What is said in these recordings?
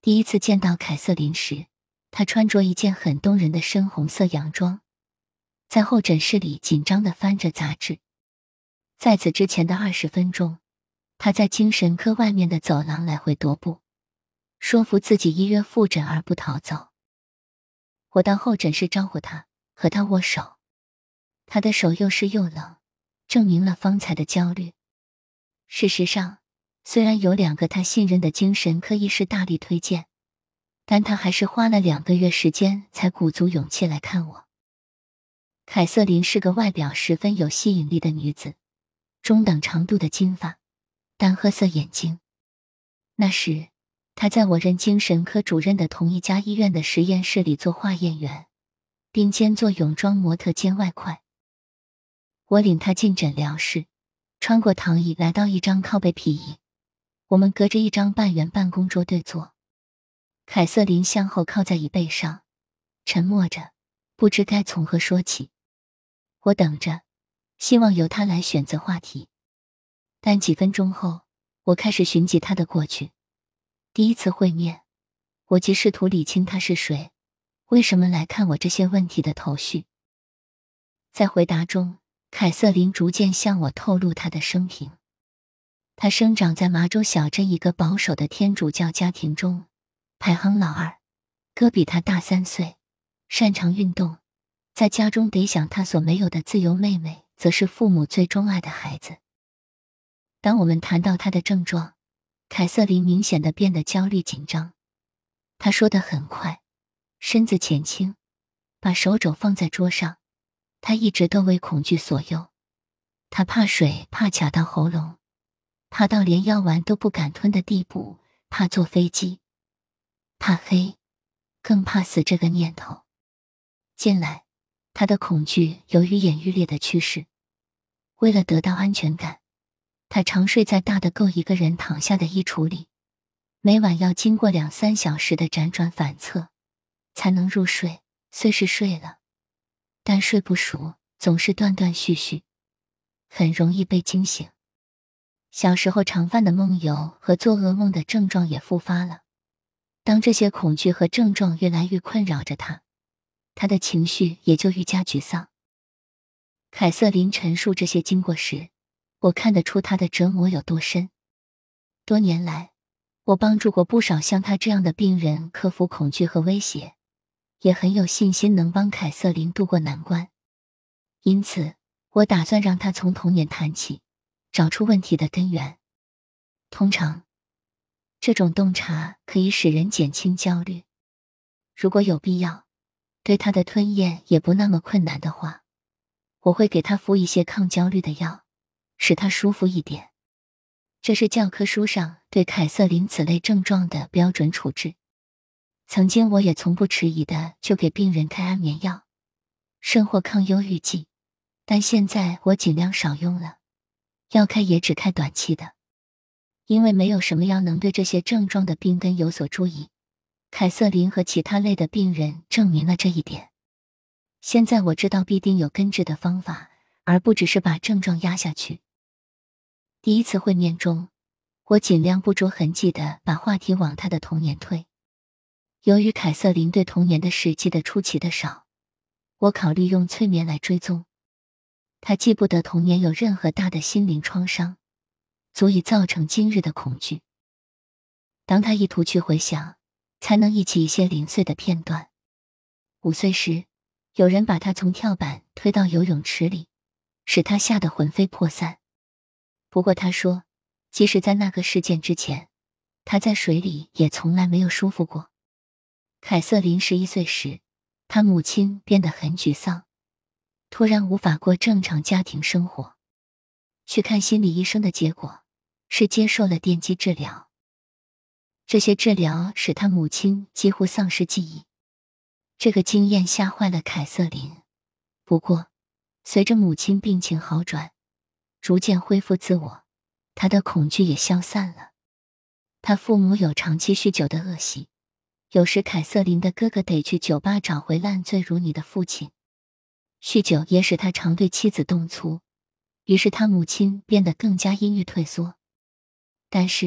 第一次见到凯瑟琳时，她穿着一件很动人的深红色洋装，在候诊室里紧张地翻着杂志。在此之前的20分钟，她在精神科外面的走廊来回踱步，说服自己依约复诊而不逃走。我到候诊室招呼她，和她握手。她的手又湿又冷，证明了方才的焦虑。事实上，虽然有2个她信任的精神科医师大力推荐，但她还是花了2个月时间才鼓足勇气来看我。凯瑟琳是个外表十分有吸引力的女子，中等长度的金发，淡褐色眼睛。那时，她在我任精神科主任的同一家医院的实验室里做化验员，并兼做泳装模特兼外快。我领她进诊疗室，穿过躺椅来到一张靠背皮椅，我们隔着一张半圆办公桌对坐。凯瑟琳向后靠在椅背上，沉默着，不知该从何说起。我等着，希望由她来选择话题。但几分钟后，我开始寻迹她的过去。第一次会面，我即试图理清她是谁，为什么来看我这些问题的头绪。在回答中，凯瑟琳逐渐向我透露她的生平。她生长在麻州小镇一个保守的天主教家庭中，排行老2，哥比她大3岁，擅长运动，在家中得享她所没有的自由。妹妹则是父母最钟爱的孩子。当我们谈到她的症状，凯瑟琳明显地变得焦虑紧张。她说得很快，身子前倾，把手肘放在桌上。她一直都为恐惧所诱，她怕水，怕卡到喉咙，怕到连药丸都不敢吞的地步，怕坐飞机，怕黑，更怕死这个念头。近来，她的恐惧由于眼欲裂的趋势。为了得到安全感，她常睡在大的够一个人躺下的衣橱里，每晚要经过2-3小时的辗转反侧，才能入睡。虽是睡了，但睡不熟，总是断断续续，很容易被惊醒。小时候常犯的梦游和做噩梦的症状也复发了。当这些恐惧和症状越来越困扰着她，她的情绪也就愈加沮丧。凯瑟琳陈述这些经过时，我看得出她的折磨有多深。多年来，我帮助过不少像她这样的病人克服恐惧和威胁，也很有信心能帮凯瑟琳度过难关。因此，我打算让她从童年谈起，找出问题的根源。通常，这种洞察可以使人减轻焦虑。如果有必要，对她的吞咽也不那么困难的话，我会给她敷一些抗焦虑的药，使她舒服一点。这是教科书上对凯瑟琳此类症状的标准处置。曾经我也从不迟疑的就给病人开安眠药，甚或抗忧郁剂，但现在我尽量少用了，要开也只开短期的。因为没有什么药能对这些症状的病根有所注意，凯瑟琳和其他类的病人证明了这一点。现在我知道必定有根治的方法，而不只是把症状压下去。第一次会面中，我尽量不着痕迹地把话题往她的童年推。由于凯瑟琳对童年的事记得出奇的少，我考虑用催眠来追踪。她记不得童年有任何大的心灵创伤，足以造成今日的恐惧。当她意图去回想，才能忆起一些零碎的片段。5岁时，有人把她从跳板推到游泳池里，使她吓得魂飞魄散。不过她说，即使在那个事件之前，她在水里也从来没有舒服过。凯瑟琳11岁时，她母亲变得很沮丧，突然无法过正常家庭生活。去看心理医生的结果是接受了电击治疗。这些治疗使她母亲几乎丧失记忆。这个经验吓坏了凯瑟琳。不过，随着母亲病情好转，逐渐恢复自我，她的恐惧也消散了。她父母有长期酗酒的恶习，有时凯瑟琳的哥哥得去酒吧找回烂醉如泥的父亲。酗酒也使他常对妻子动粗，于是他母亲变得更加阴郁退缩。但是，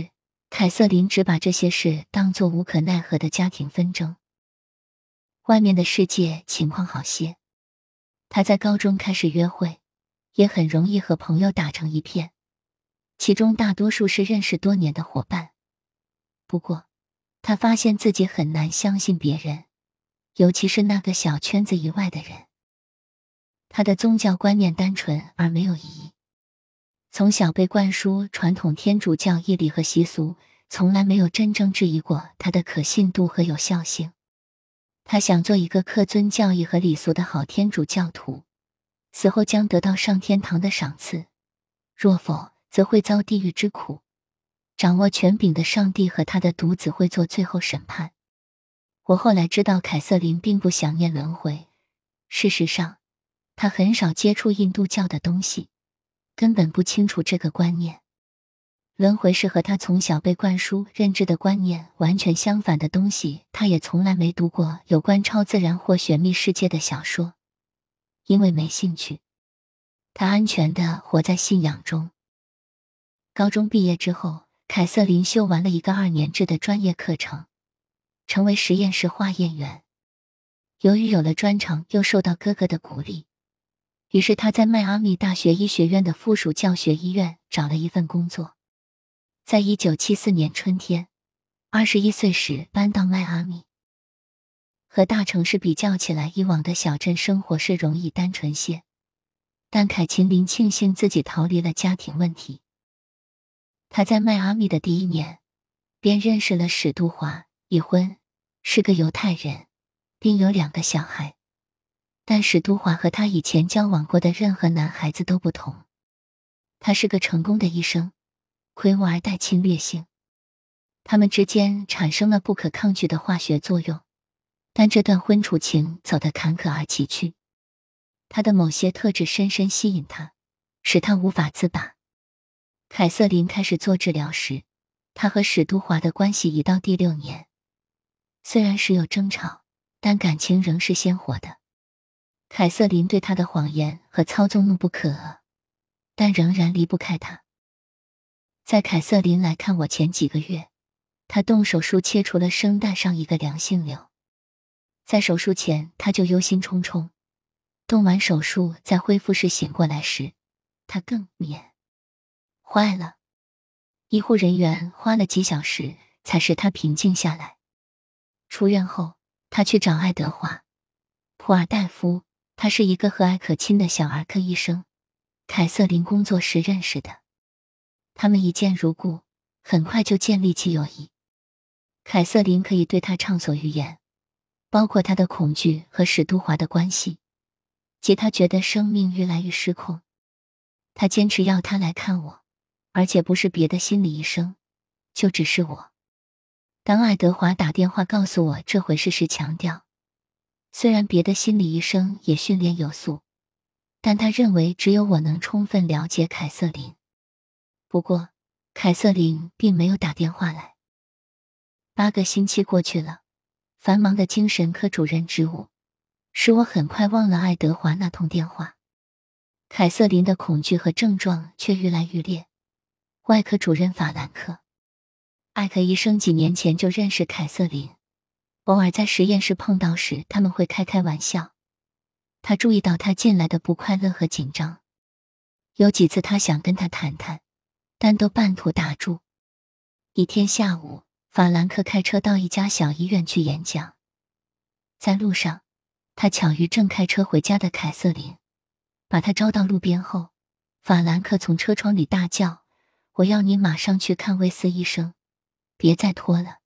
凯瑟琳只把这些事当作无可奈何的家庭纷争。外面的世界情况好些，她在高中开始约会，也很容易和朋友打成一片，其中大多数是认识多年的伙伴。不过，她发现自己很难相信别人，尤其是那个小圈子以外的人。她的宗教观念单纯而没有意义，从小被灌输传统天主教义理和习俗，从来没有真正质疑过它的可信度和有效性。他想做一个恪遵教义和礼俗的好天主教徒，死后将得到上天堂的赏赐，若否，则会遭地狱之苦。掌握权柄的上帝和他的独子会做最后审判。我后来知道凯瑟琳并不想念轮回，事实上，她很少接触印度教的东西，根本不清楚这个观念。轮回是和他从小被灌输认知的观念完全相反的东西，他也从来没读过有关超自然或玄秘世界的小说，因为没兴趣。他安全地活在信仰中。高中毕业之后，凯瑟琳修完了一个2年制的专业课程，成为实验室化验员。由于有了专长，又受到哥哥的鼓励，于是他在迈阿密大学医学院的附属教学医院找了一份工作。在1974年春天，21岁时搬到迈阿密。和大城市比较起来，以往的小镇生活是容易单纯些，但凯芹琳庆幸自己逃离了家庭问题。他在迈阿密的第1年，便认识了史都华，已婚，是个犹太人，并有2个小孩。但史都华和他以前交往过的任何男孩子都不同，他是个成功的医生，魁梧而带侵略性。他们之间产生了不可抗拒的化学作用，但这段婚处情走得坎坷而崎岖。他的某些特质深深吸引他，使他无法自拔。凯瑟琳开始做治疗时，他和史都华的关系已到第6年。虽然时有争吵，但感情仍是鲜活的。凯瑟琳对他的谎言和操纵怒不可遏，但仍然离不开他。在凯瑟琳来看我前几个月，他动手术切除了声带上一个良性瘤。在手术前，他就忧心忡忡。动完手术在恢复室醒过来时，他更免坏了。医护人员花了几小时才使他平静下来。出院后，他去找爱德华·普尔代夫，他是一个和蔼可亲的小儿科医生，凯瑟琳工作时认识的。他们一见如故，很快就建立起友谊。凯瑟琳可以对他畅所欲言，包括他的恐惧和史都华的关系，即他觉得生命越来越失控。他坚持要他来看我，而且不是别的心理医生，就只是我。当爱德华打电话告诉我这回事时强调，虽然别的心理医生也训练有素，但他认为只有我能充分了解凯瑟琳。不过，凯瑟琳并没有打电话来。8个星期过去了，繁忙的精神科主任职务使我很快忘了爱德华那通电话。凯瑟琳的恐惧和症状却愈来愈烈。外科主任法兰克·艾克医生几年前就认识凯瑟琳，偶尔在实验室碰到时，他们会开玩笑。他注意到她近来的不快乐和紧张，有几次他想跟她谈谈，但都半途打住。一天下午，法兰克开车到一家小医院去演讲。在路上，他巧遇正开车回家的凯瑟琳，把她招到路边后，法兰克从车窗里大叫：“我要你马上去看威斯医生，别再拖了。”